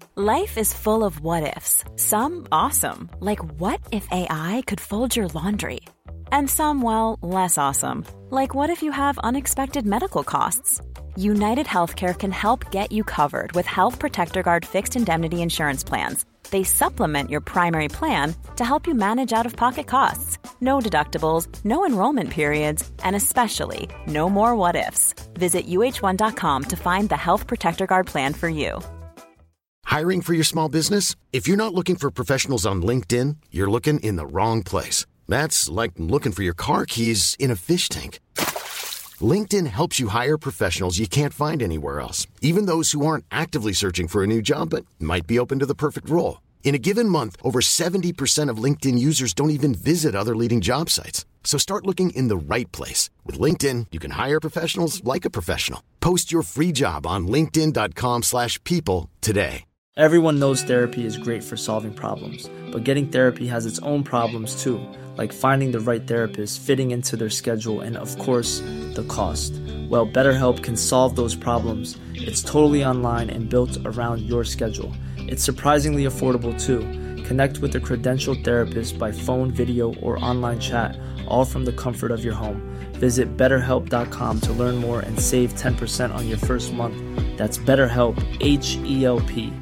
Life is full of what-ifs. Some awesome, like what if AI could fold your laundry? And some, well, less awesome, like what if you have unexpected medical costs? United Healthcare can help get you covered with Health Protector Guard fixed indemnity insurance plans. They supplement your primary plan to help you manage out-of-pocket costs. No deductibles, no enrollment periods, and especially no more what-ifs. Visit uh1.com to find the Health Protector Guard plan for you. Hiring for your small business? If you're not looking for professionals on LinkedIn, you're looking in the wrong place. That's like looking for your car keys in a fish tank. LinkedIn helps you hire professionals you can't find anywhere else, even those who aren't actively searching for a new job but might be open to the perfect role. In a given month, over 70% of LinkedIn users don't even visit other leading job sites. So start looking in the right place. With LinkedIn, you can hire professionals like a professional. Post your free job on linkedin.com/people today. Everyone knows therapy is great for solving problems, but getting therapy has its own problems too, like finding the right therapist, fitting into their schedule, and of course, the cost. Well, BetterHelp can solve those problems. It's totally online and built around your schedule. It's surprisingly affordable too. Connect with a credentialed therapist by phone, video, or online chat, all from the comfort of your home. Visit BetterHelp.com to learn more and save 10% on your first month. That's BetterHelp, H-E-L-P.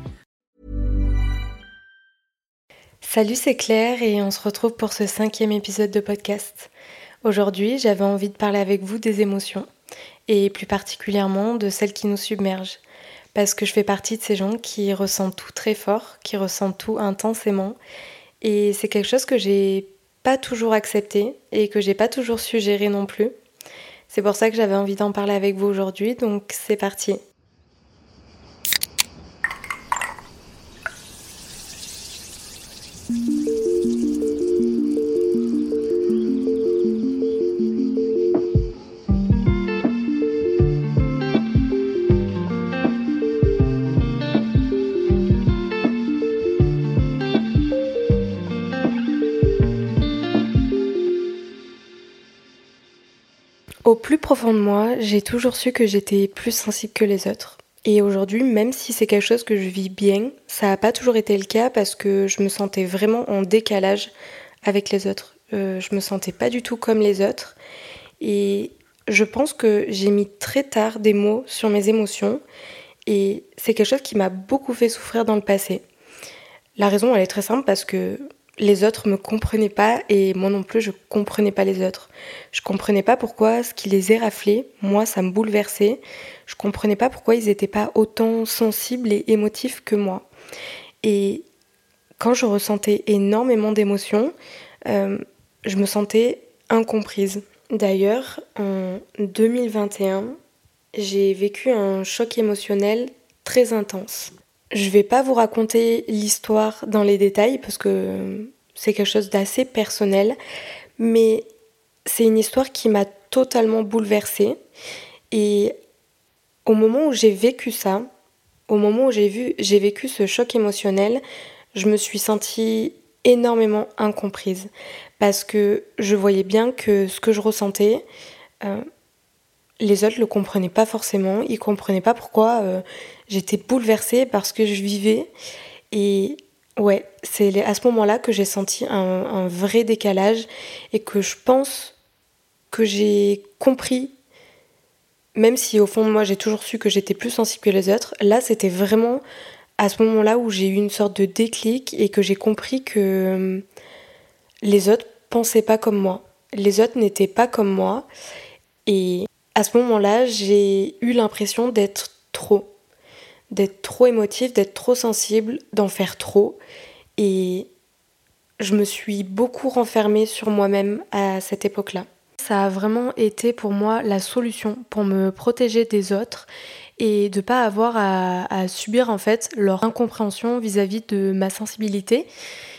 Salut, c'est Claire et on se retrouve pour ce 5e épisode de podcast. Aujourd'hui, j'avais envie de parler avec vous des émotions et plus particulièrement de celles qui nous submergent. Parce que je fais partie de ces gens qui ressentent tout très fort, qui ressentent tout intensément et c'est quelque chose que j'ai pas toujours accepté et que j'ai pas toujours su gérer non plus. C'est pour ça que j'avais envie d'en parler avec vous aujourd'hui, donc c'est parti. Au plus profond de moi, j'ai toujours su que j'étais plus sensible que les autres. Et aujourd'hui, même si c'est quelque chose que je vis bien, ça n'a pas toujours été le cas parce que je me sentais vraiment en décalage avec les autres. Je me sentais pas du tout comme les autres. Et je pense que j'ai mis très tard des mots sur mes émotions. Et c'est quelque chose qui m'a beaucoup fait souffrir dans le passé. La raison, elle est très simple parce que les autres me comprenaient pas et moi non plus je comprenais pas les autres. Je comprenais pas pourquoi ce qui les éraflait, moi ça me bouleversait. Je comprenais pas pourquoi ils étaient pas autant sensibles et émotifs que moi. Et quand je ressentais énormément d'émotions, je me sentais incomprise. D'ailleurs, en 2021, j'ai vécu un choc émotionnel très intense. Je vais pas vous raconter l'histoire dans les détails parce que c'est quelque chose d'assez personnel, mais c'est une histoire qui m'a totalement bouleversée. Et au moment où j'ai vécu ça, au moment où j'ai vécu ce choc émotionnel, je me suis sentie énormément incomprise parce que je voyais bien que ce que je ressentais, les autres le comprenaient pas forcément, ils comprenaient pas pourquoi j'étais bouleversée par ce que je vivais. Et ouais, c'est à ce moment-là que j'ai senti un vrai décalage et que je pense que j'ai compris, même si au fond de moi j'ai toujours su que j'étais plus sensible que les autres, là c'était vraiment à ce moment-là où j'ai eu une sorte de déclic et que j'ai compris que les autres pensaient pas comme moi. Les autres n'étaient pas comme moi et à ce moment-là, j'ai eu l'impression d'être trop émotive, d'être trop sensible, d'en faire trop. Et je me suis beaucoup renfermée sur moi-même à cette époque-là. Ça a vraiment été pour moi la solution pour me protéger des autres et de pas avoir à subir en fait leur incompréhension vis-à-vis de ma sensibilité.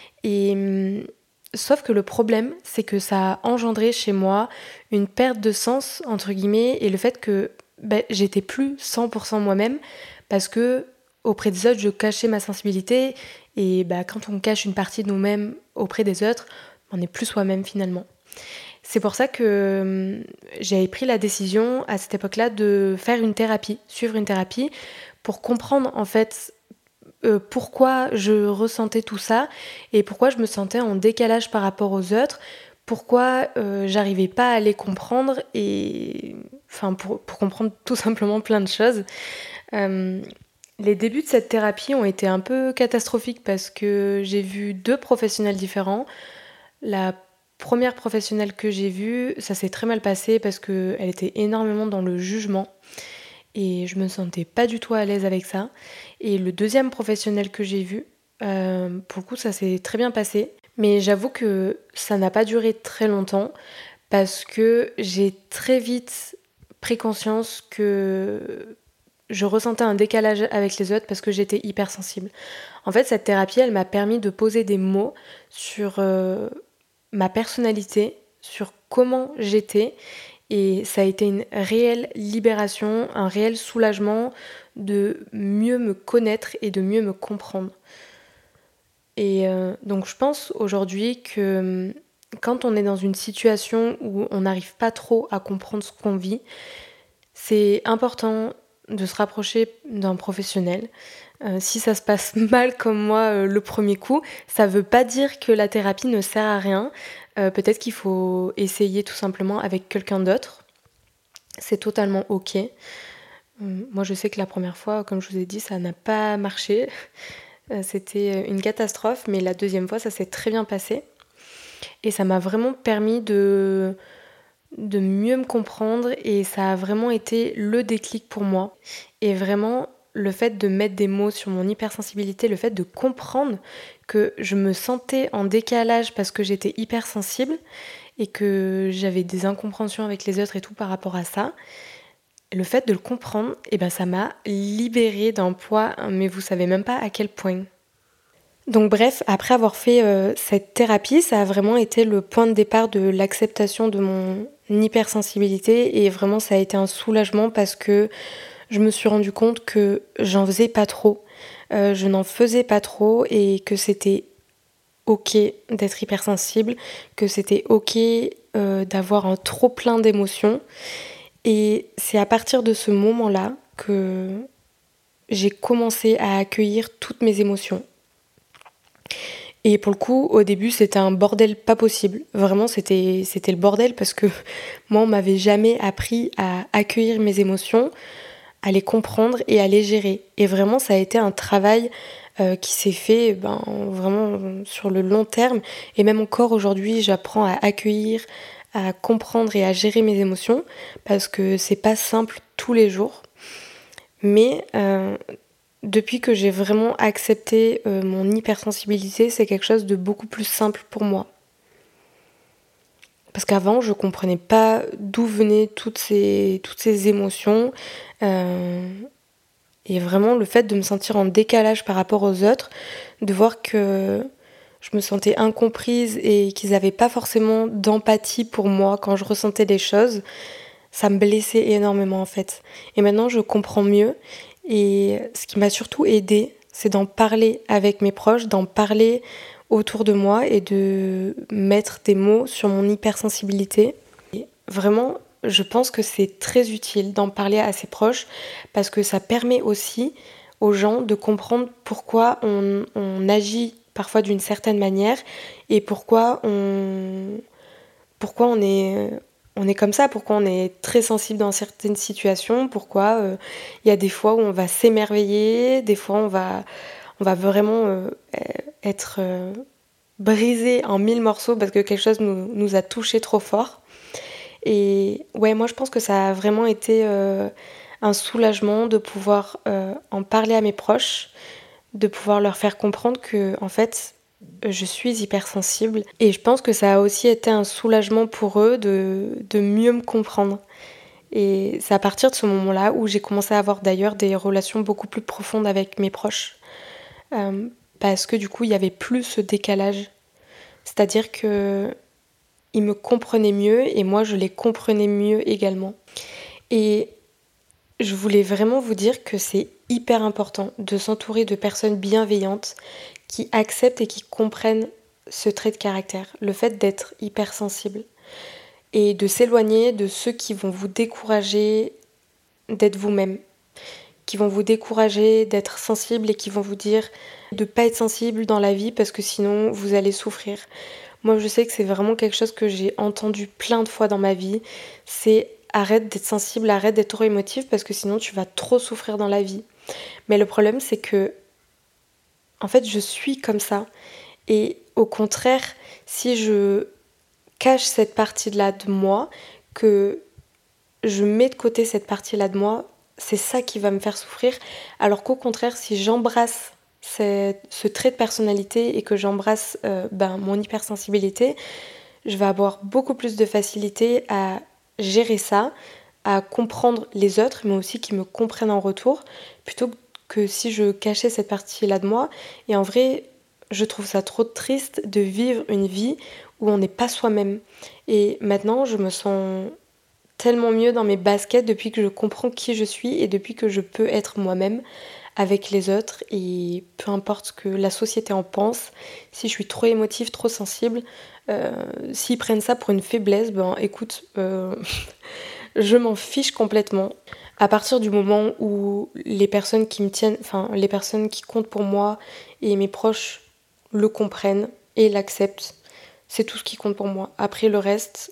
Et sauf que le problème, c'est que ça a engendré chez moi une perte de sens, entre guillemets, et le fait que j'étais plus 100% moi-même, parce que auprès des autres, je cachais ma sensibilité, et quand on cache une partie de nous-mêmes auprès des autres, on n'est plus soi-même finalement. C'est pour ça que j'avais pris la décision à cette époque-là de faire une thérapie, suivre une thérapie, pour comprendre en fait pourquoi je ressentais tout ça et pourquoi je me sentais en décalage par rapport aux autres, pourquoi j'arrivais pas à les comprendre et enfin pour comprendre tout simplement plein de choses. Les débuts de cette thérapie ont été un peu catastrophiques parce que j'ai vu 2 professionnels différents. La première professionnelle que j'ai vue, ça s'est très mal passé parce qu'elle était énormément dans le jugement et je me sentais pas du tout à l'aise avec ça. Et le deuxième professionnel que j'ai vu, pour le coup ça s'est très bien passé, mais j'avoue que ça n'a pas duré très longtemps parce que j'ai très vite pris conscience que je ressentais un décalage avec les autres parce que j'étais hypersensible. En fait, cette thérapie, elle m'a permis de poser des mots sur ma personnalité, sur comment j'étais, et ça a été une réelle libération, un réel soulagement de mieux me connaître et de mieux me comprendre. Et donc je pense aujourd'hui que quand on est dans une situation où on n'arrive pas trop à comprendre ce qu'on vit, c'est important de se rapprocher d'un professionnel. Si ça se passe mal comme moi le premier coup, ça veut pas dire que la thérapie ne sert à rien. Peut-être qu'il faut essayer tout simplement avec quelqu'un d'autre. C'est totalement ok. Moi je sais que la première fois, comme je vous ai dit, ça n'a pas marché. C'était une catastrophe, mais la deuxième fois ça s'est très bien passé. Et ça m'a vraiment permis de mieux me comprendre et ça a vraiment été le déclic pour moi. Et vraiment, le fait de mettre des mots sur mon hypersensibilité, le fait de comprendre que je me sentais en décalage parce que j'étais hypersensible et que j'avais des incompréhensions avec les autres et tout par rapport à ça, le fait de le comprendre, ça m'a libérée d'un poids, mais vous savez même pas à quel point. Donc bref, après avoir fait cette thérapie, ça a vraiment été le point de départ de l'acceptation de mon hypersensibilité et vraiment ça a été un soulagement parce que je me suis rendu compte que j'en faisais pas trop, je n'en faisais pas trop et que c'était ok d'être hypersensible, que c'était ok d'avoir un trop plein d'émotions. Et c'est à partir de ce moment-là que j'ai commencé à accueillir toutes mes émotions. Et pour le coup, au début, c'était un bordel pas possible. Vraiment, c'était le bordel parce que moi, on m'avait jamais appris à accueillir mes émotions, à les comprendre et à les gérer. Et vraiment, ça a été un travail qui s'est fait vraiment sur le long terme. Et même encore aujourd'hui, j'apprends à accueillir, à comprendre et à gérer mes émotions parce que c'est pas simple tous les jours. Mais depuis que j'ai vraiment accepté mon hypersensibilité, c'est quelque chose de beaucoup plus simple pour moi. Parce qu'avant, je comprenais pas d'où venaient toutes ces émotions. Et vraiment, le fait de me sentir en décalage par rapport aux autres, de voir que je me sentais incomprise et qu'ils n'avaient pas forcément d'empathie pour moi quand je ressentais des choses, ça me blessait énormément en fait. Et maintenant, je comprends mieux. Et ce qui m'a surtout aidée, c'est d'en parler avec mes proches, d'en parler autour de moi et de mettre des mots sur mon hypersensibilité. Et vraiment, je pense que c'est très utile d'en parler à ses proches parce que ça permet aussi aux gens de comprendre pourquoi on agit parfois d'une certaine manière et pourquoi on est comme ça, pourquoi on est très sensible dans certaines situations, pourquoi y a des fois où on va s'émerveiller, des fois on va vraiment être brisé en 1000 morceaux parce que quelque chose nous a touché trop fort. Et ouais, moi je pense que ça a vraiment été un soulagement de pouvoir en parler à mes proches, de pouvoir leur faire comprendre que en fait je suis hypersensible et je pense que ça a aussi été un soulagement pour eux de mieux me comprendre. Et c'est à partir de ce moment-là où j'ai commencé à avoir d'ailleurs des relations beaucoup plus profondes avec mes proches parce que du coup il n'y avait plus ce décalage. C'est-à-dire que ils me comprenaient mieux et moi je les comprenais mieux également. Et je voulais vraiment vous dire que c'est hyper important de s'entourer de personnes bienveillantes qui acceptent et qui comprennent ce trait de caractère, le fait d'être hypersensible, et de s'éloigner de ceux qui vont vous décourager d'être vous-même, qui vont vous décourager d'être sensible et qui vont vous dire de pas être sensible dans la vie parce que sinon vous allez souffrir. Moi, je sais que c'est vraiment quelque chose que j'ai entendu plein de fois dans ma vie. C'est arrête d'être sensible, arrête d'être trop émotif parce que sinon tu vas trop souffrir dans la vie. Mais le problème, c'est que, en fait, je suis comme ça. Et au contraire, si je cache cette partie-là de moi, que je mets de côté cette partie-là de moi, c'est ça qui va me faire souffrir. Alors qu'au contraire, si j'embrasse ce trait de personnalité et que j'embrasse mon hypersensibilité, je vais avoir beaucoup plus de facilité à gérer ça, à comprendre les autres, mais aussi qu'ils me comprennent en retour, plutôt que si je cachais cette partie-là de moi. Et en vrai, je trouve ça trop triste de vivre une vie où on n'est pas soi-même. Et maintenant, je me sens tellement mieux dans mes baskets depuis que je comprends qui je suis et depuis que je peux être moi-même avec les autres, et peu importe ce que la société en pense. Si je suis trop émotive, trop sensible, s'ils prennent ça pour une faiblesse, écoute, je m'en fiche complètement. À partir du moment où les personnes qui me tiennent, enfin les personnes qui comptent pour moi et mes proches le comprennent et l'acceptent, c'est tout ce qui compte pour moi. Après le reste,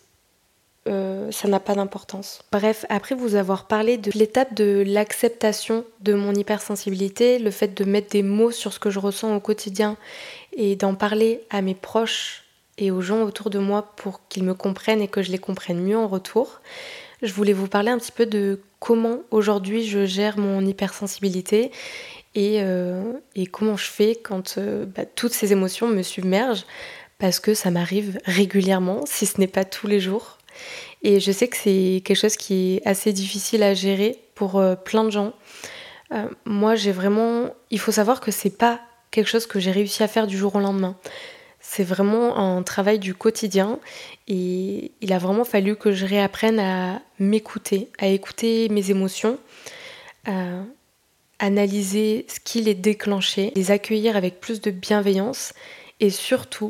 ça n'a pas d'importance. Bref, après vous avoir parlé de l'étape de l'acceptation de mon hypersensibilité, le fait de mettre des mots sur ce que je ressens au quotidien et d'en parler à mes proches et aux gens autour de moi pour qu'ils me comprennent et que je les comprenne mieux en retour, je voulais vous parler un petit peu de comment aujourd'hui je gère mon hypersensibilité et comment je fais quand toutes ces émotions me submergent, parce que ça m'arrive régulièrement, si ce n'est pas tous les jours. Et je sais que c'est quelque chose qui est assez difficile à gérer pour plein de gens. Moi, il faut savoir que c'est pas quelque chose que j'ai réussi à faire du jour au lendemain. C'est vraiment un travail du quotidien et il a vraiment fallu que je réapprenne à m'écouter, à écouter mes émotions, à analyser ce qui les déclenchait, les accueillir avec plus de bienveillance et surtout,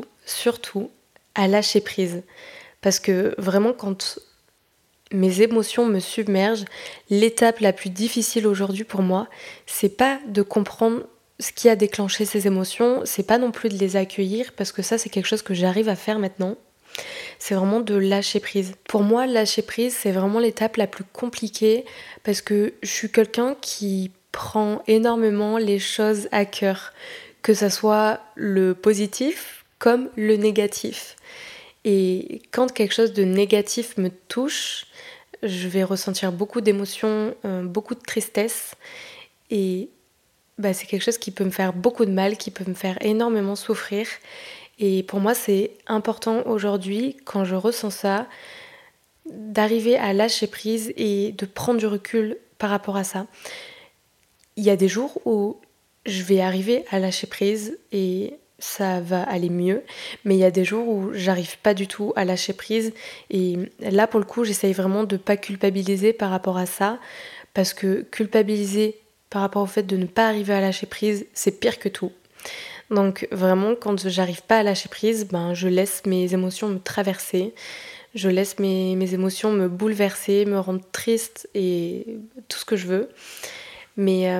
à lâcher prise. Parce que vraiment, quand mes émotions me submergent, l'étape la plus difficile aujourd'hui pour moi, c'est pas de comprendre ce qui a déclenché ces émotions, c'est pas non plus de les accueillir, parce que ça, c'est quelque chose que j'arrive à faire maintenant. C'est vraiment de lâcher prise. Pour moi, lâcher prise, c'est vraiment l'étape la plus compliquée, parce que je suis quelqu'un qui prend énormément les choses à cœur, que ça soit le positif comme le négatif. Et quand quelque chose de négatif me touche, je vais ressentir beaucoup d'émotions, beaucoup de tristesse. Et c'est quelque chose qui peut me faire beaucoup de mal, qui peut me faire énormément souffrir. Et pour moi, c'est important aujourd'hui, quand je ressens ça, d'arriver à lâcher prise et de prendre du recul par rapport à ça. Il y a des jours où je vais arriver à lâcher prise et ça va aller mieux, mais il y a des jours où j'arrive pas du tout à lâcher prise, et là pour le coup j'essaye vraiment de pas culpabiliser par rapport à ça, parce que culpabiliser par rapport au fait de ne pas arriver à lâcher prise, c'est pire que tout. Donc vraiment, quand j'arrive pas à lâcher prise, je laisse mes émotions me traverser, je laisse mes émotions me bouleverser, me rendre triste et tout ce que je veux, mais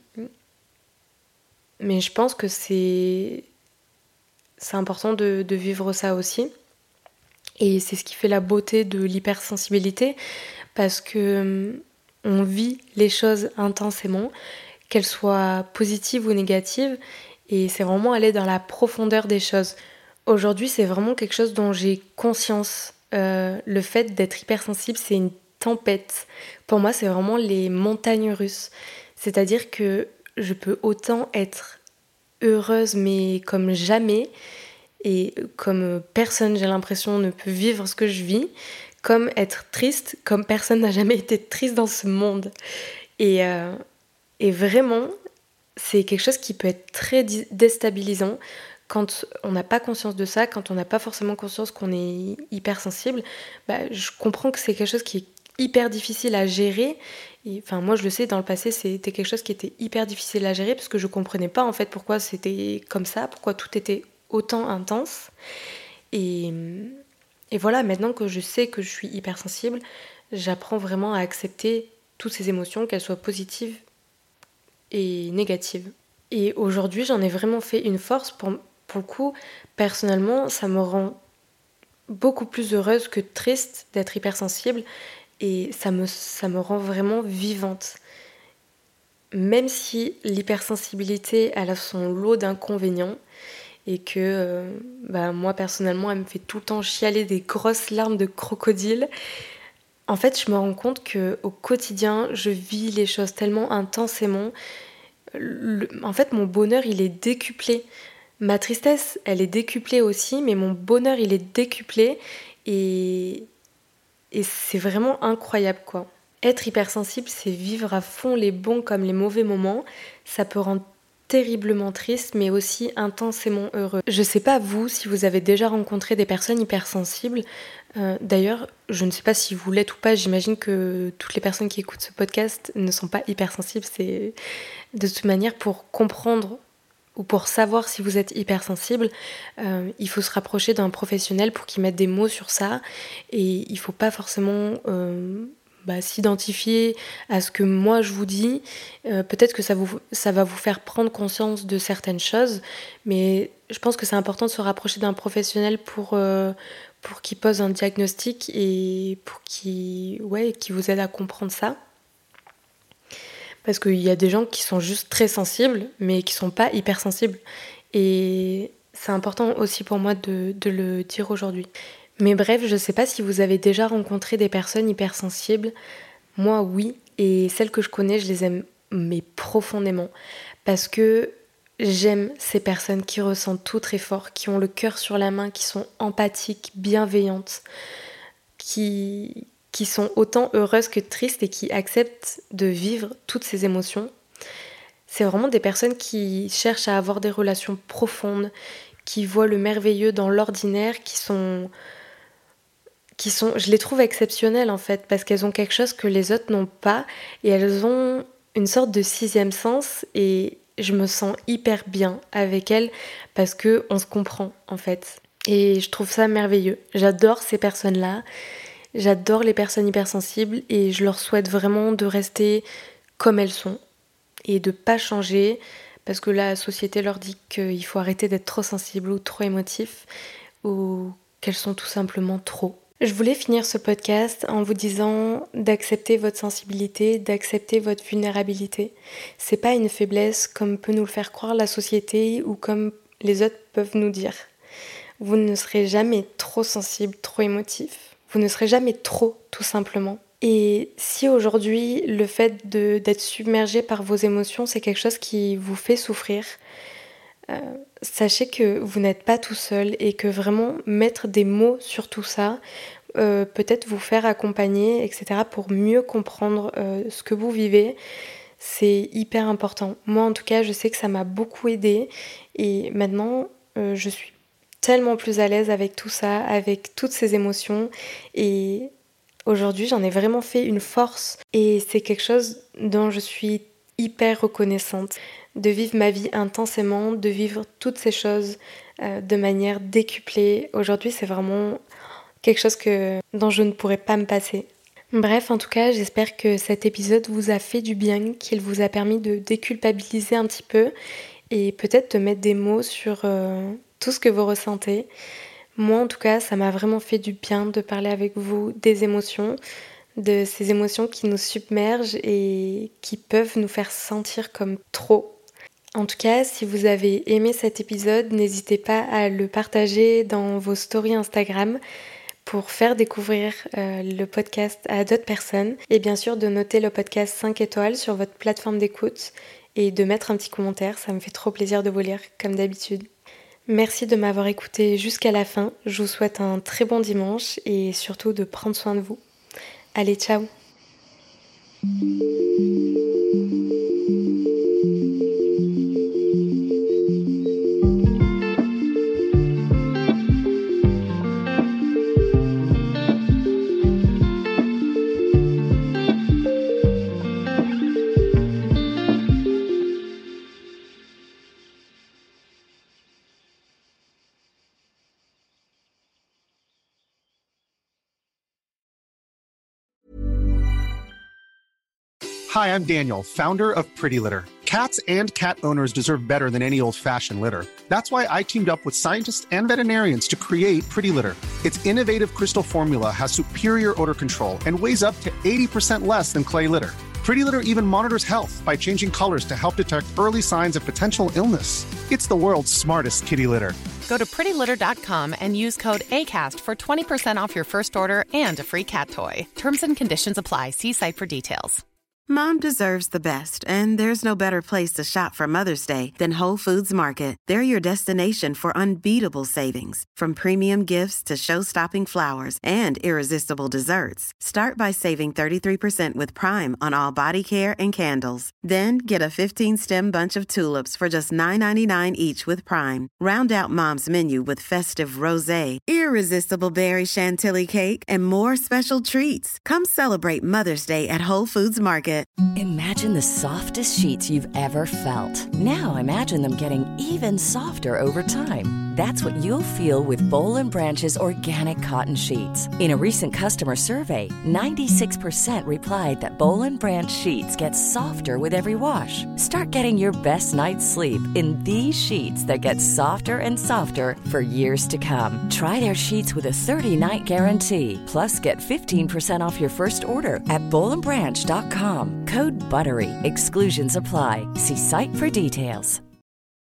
je pense que c'est important de vivre ça aussi. Et c'est ce qui fait la beauté de l'hypersensibilité, parce que on vit les choses intensément, qu'elles soient positives ou négatives, et c'est vraiment aller dans la profondeur des choses. Aujourd'hui, c'est vraiment quelque chose dont j'ai conscience. Le fait d'être hypersensible, c'est une tempête. Pour moi, c'est vraiment les montagnes russes. C'est-à-dire que je peux autant être heureuse mais comme jamais, et comme personne, j'ai l'impression, ne peut vivre ce que je vis, comme être triste comme personne n'a jamais été triste dans ce monde. Et vraiment, c'est quelque chose qui peut être très déstabilisant quand on n'a pas conscience de ça, quand on n'a pas forcément conscience qu'on est hypersensible. Je comprends que c'est quelque chose qui est hyper difficile à gérer. Et, moi je le sais, dans le passé c'était quelque chose qui était hyper difficile à gérer, parce que je comprenais pas en fait pourquoi c'était comme ça, pourquoi tout était autant intense. Et voilà, maintenant que je sais que je suis hypersensible, j'apprends vraiment à accepter toutes ces émotions, qu'elles soient positives et négatives. Et aujourd'hui, j'en ai vraiment fait une force. Pour le coup, personnellement, ça me rend beaucoup plus heureuse que triste d'être hypersensible et ça me rend vraiment vivante. Même si l'hypersensibilité, elle a son lot d'inconvénients et que moi personnellement, elle me fait tout le temps chialer des grosses larmes de crocodile. En fait, je me rends compte qu'au quotidien, je vis les choses tellement intensément. En fait, mon bonheur, il est décuplé. Ma tristesse, elle est décuplée aussi, mais mon bonheur, il est décuplé. Et c'est vraiment incroyable, quoi. Être hypersensible, c'est vivre à fond les bons comme les mauvais moments. Ça peut rendre terriblement triste, mais aussi intensément heureux. Je sais pas vous, si vous avez déjà rencontré des personnes hypersensibles. D'ailleurs, je ne sais pas si vous l'êtes ou pas. J'imagine que toutes les personnes qui écoutent ce podcast ne sont pas hypersensibles. C'est de toute manière pour comprendre ou pour savoir si vous êtes hypersensible, il faut se rapprocher d'un professionnel pour qu'il mette des mots sur ça. Et il faut pas forcément s'identifier à ce que moi je vous dis. Peut-être que ça va vous faire prendre conscience de certaines choses, mais je pense que c'est important de se rapprocher d'un professionnel pour qu'il pose un diagnostic et pour qu'il vous aide à comprendre ça. Parce qu'il y a des gens qui sont juste très sensibles, mais qui sont pas hypersensibles. Et c'est important aussi pour moi de le dire aujourd'hui. Mais bref, je sais pas si vous avez déjà rencontré des personnes hypersensibles. Moi, oui. Et celles que je connais, je les aime mais profondément. Parce que j'aime ces personnes qui ressentent tout très fort, qui ont le cœur sur la main, qui sont empathiques, bienveillantes, qui sont autant heureuses que tristes et qui acceptent de vivre toutes ces émotions. C'est vraiment des personnes qui cherchent à avoir des relations profondes, qui voient le merveilleux dans l'ordinaire, qui sont, je les trouve exceptionnelles en fait, parce qu'elles ont quelque chose que les autres n'ont pas, et elles ont une sorte de sixième sens, et je me sens hyper bien avec elles, parce qu'on se comprend en fait. Et je trouve ça merveilleux. J'adore ces personnes-là. J'adore les personnes hypersensibles et je leur souhaite vraiment de rester comme elles sont et de pas changer parce que la société leur dit qu'il faut arrêter d'être trop sensible ou trop émotif ou qu'elles sont tout simplement trop. Je voulais finir ce podcast en vous disant d'accepter votre sensibilité, d'accepter votre vulnérabilité. C'est pas une faiblesse comme peut nous le faire croire la société ou comme les autres peuvent nous dire. Vous ne serez jamais trop sensible, trop émotif. Vous ne serez jamais trop, tout simplement. Et si aujourd'hui, le fait d'être submergé par vos émotions, c'est quelque chose qui vous fait souffrir, sachez que vous n'êtes pas tout seul et que vraiment mettre des mots sur tout ça, peut-être vous faire accompagner, etc., pour mieux comprendre ce que vous vivez, c'est hyper important. Moi, en tout cas, je sais que ça m'a beaucoup aidée et maintenant, je suis tellement plus à l'aise avec tout ça, avec toutes ces émotions et aujourd'hui j'en ai vraiment fait une force et c'est quelque chose dont je suis hyper reconnaissante, de vivre ma vie intensément, de vivre toutes ces choses de manière décuplée. Aujourd'hui c'est vraiment quelque chose dont je ne pourrais pas me passer. Bref, en tout cas, j'espère que cet épisode vous a fait du bien, qu'il vous a permis de déculpabiliser un petit peu et peut-être de mettre des mots sur tout ce que vous ressentez. Moi, en tout cas, ça m'a vraiment fait du bien de parler avec vous des émotions, de ces émotions qui nous submergent et qui peuvent nous faire sentir comme trop. En tout cas, si vous avez aimé cet épisode, n'hésitez pas à le partager dans vos stories Instagram pour faire découvrir le podcast à d'autres personnes. Et bien sûr, de noter le podcast 5 étoiles sur votre plateforme d'écoute et de mettre un petit commentaire, ça me fait trop plaisir de vous lire, comme d'habitude. Merci de m'avoir écouté jusqu'à la fin. Je vous souhaite un très bon dimanche et surtout de prendre soin de vous. Allez, ciao! Hi, I'm Daniel, founder of Pretty Litter. Cats and cat owners deserve better than any old-fashioned litter. That's why I teamed up with scientists and veterinarians to create Pretty Litter. Its innovative crystal formula has superior odor control and weighs up to 80% less than clay litter. Pretty Litter even monitors health by changing colors to help detect early signs of potential illness. It's the world's smartest kitty litter. Go to prettylitter.com and use code ACAST for 20% off your first order and a free cat toy. Terms and conditions apply. See site for details. Mom deserves the best, and there's no better place to shop for Mother's Day than Whole Foods Market. They're your destination for unbeatable savings, from premium gifts to show-stopping flowers and irresistible desserts. Start by saving 33% with Prime on all body care and candles. Then get a 15-stem bunch of tulips for just $9.99 each with Prime. Round out Mom's menu with festive rosé, irresistible berry chantilly cake, and more special treats. Come celebrate Mother's Day at Whole Foods Market. Imagine the softest sheets you've ever felt. Now imagine them getting even softer over time. That's what you'll feel with Boll & Branch's organic cotton sheets. In a recent customer survey, 96% replied that Boll & Branch sheets get softer with every wash. Start getting your best night's sleep in these sheets that get softer and softer for years to come. Try their sheets with a 30-night guarantee. Plus, get 15% off your first order at bollandbranch.com. Code BUTTERY. Exclusions apply. See site for details.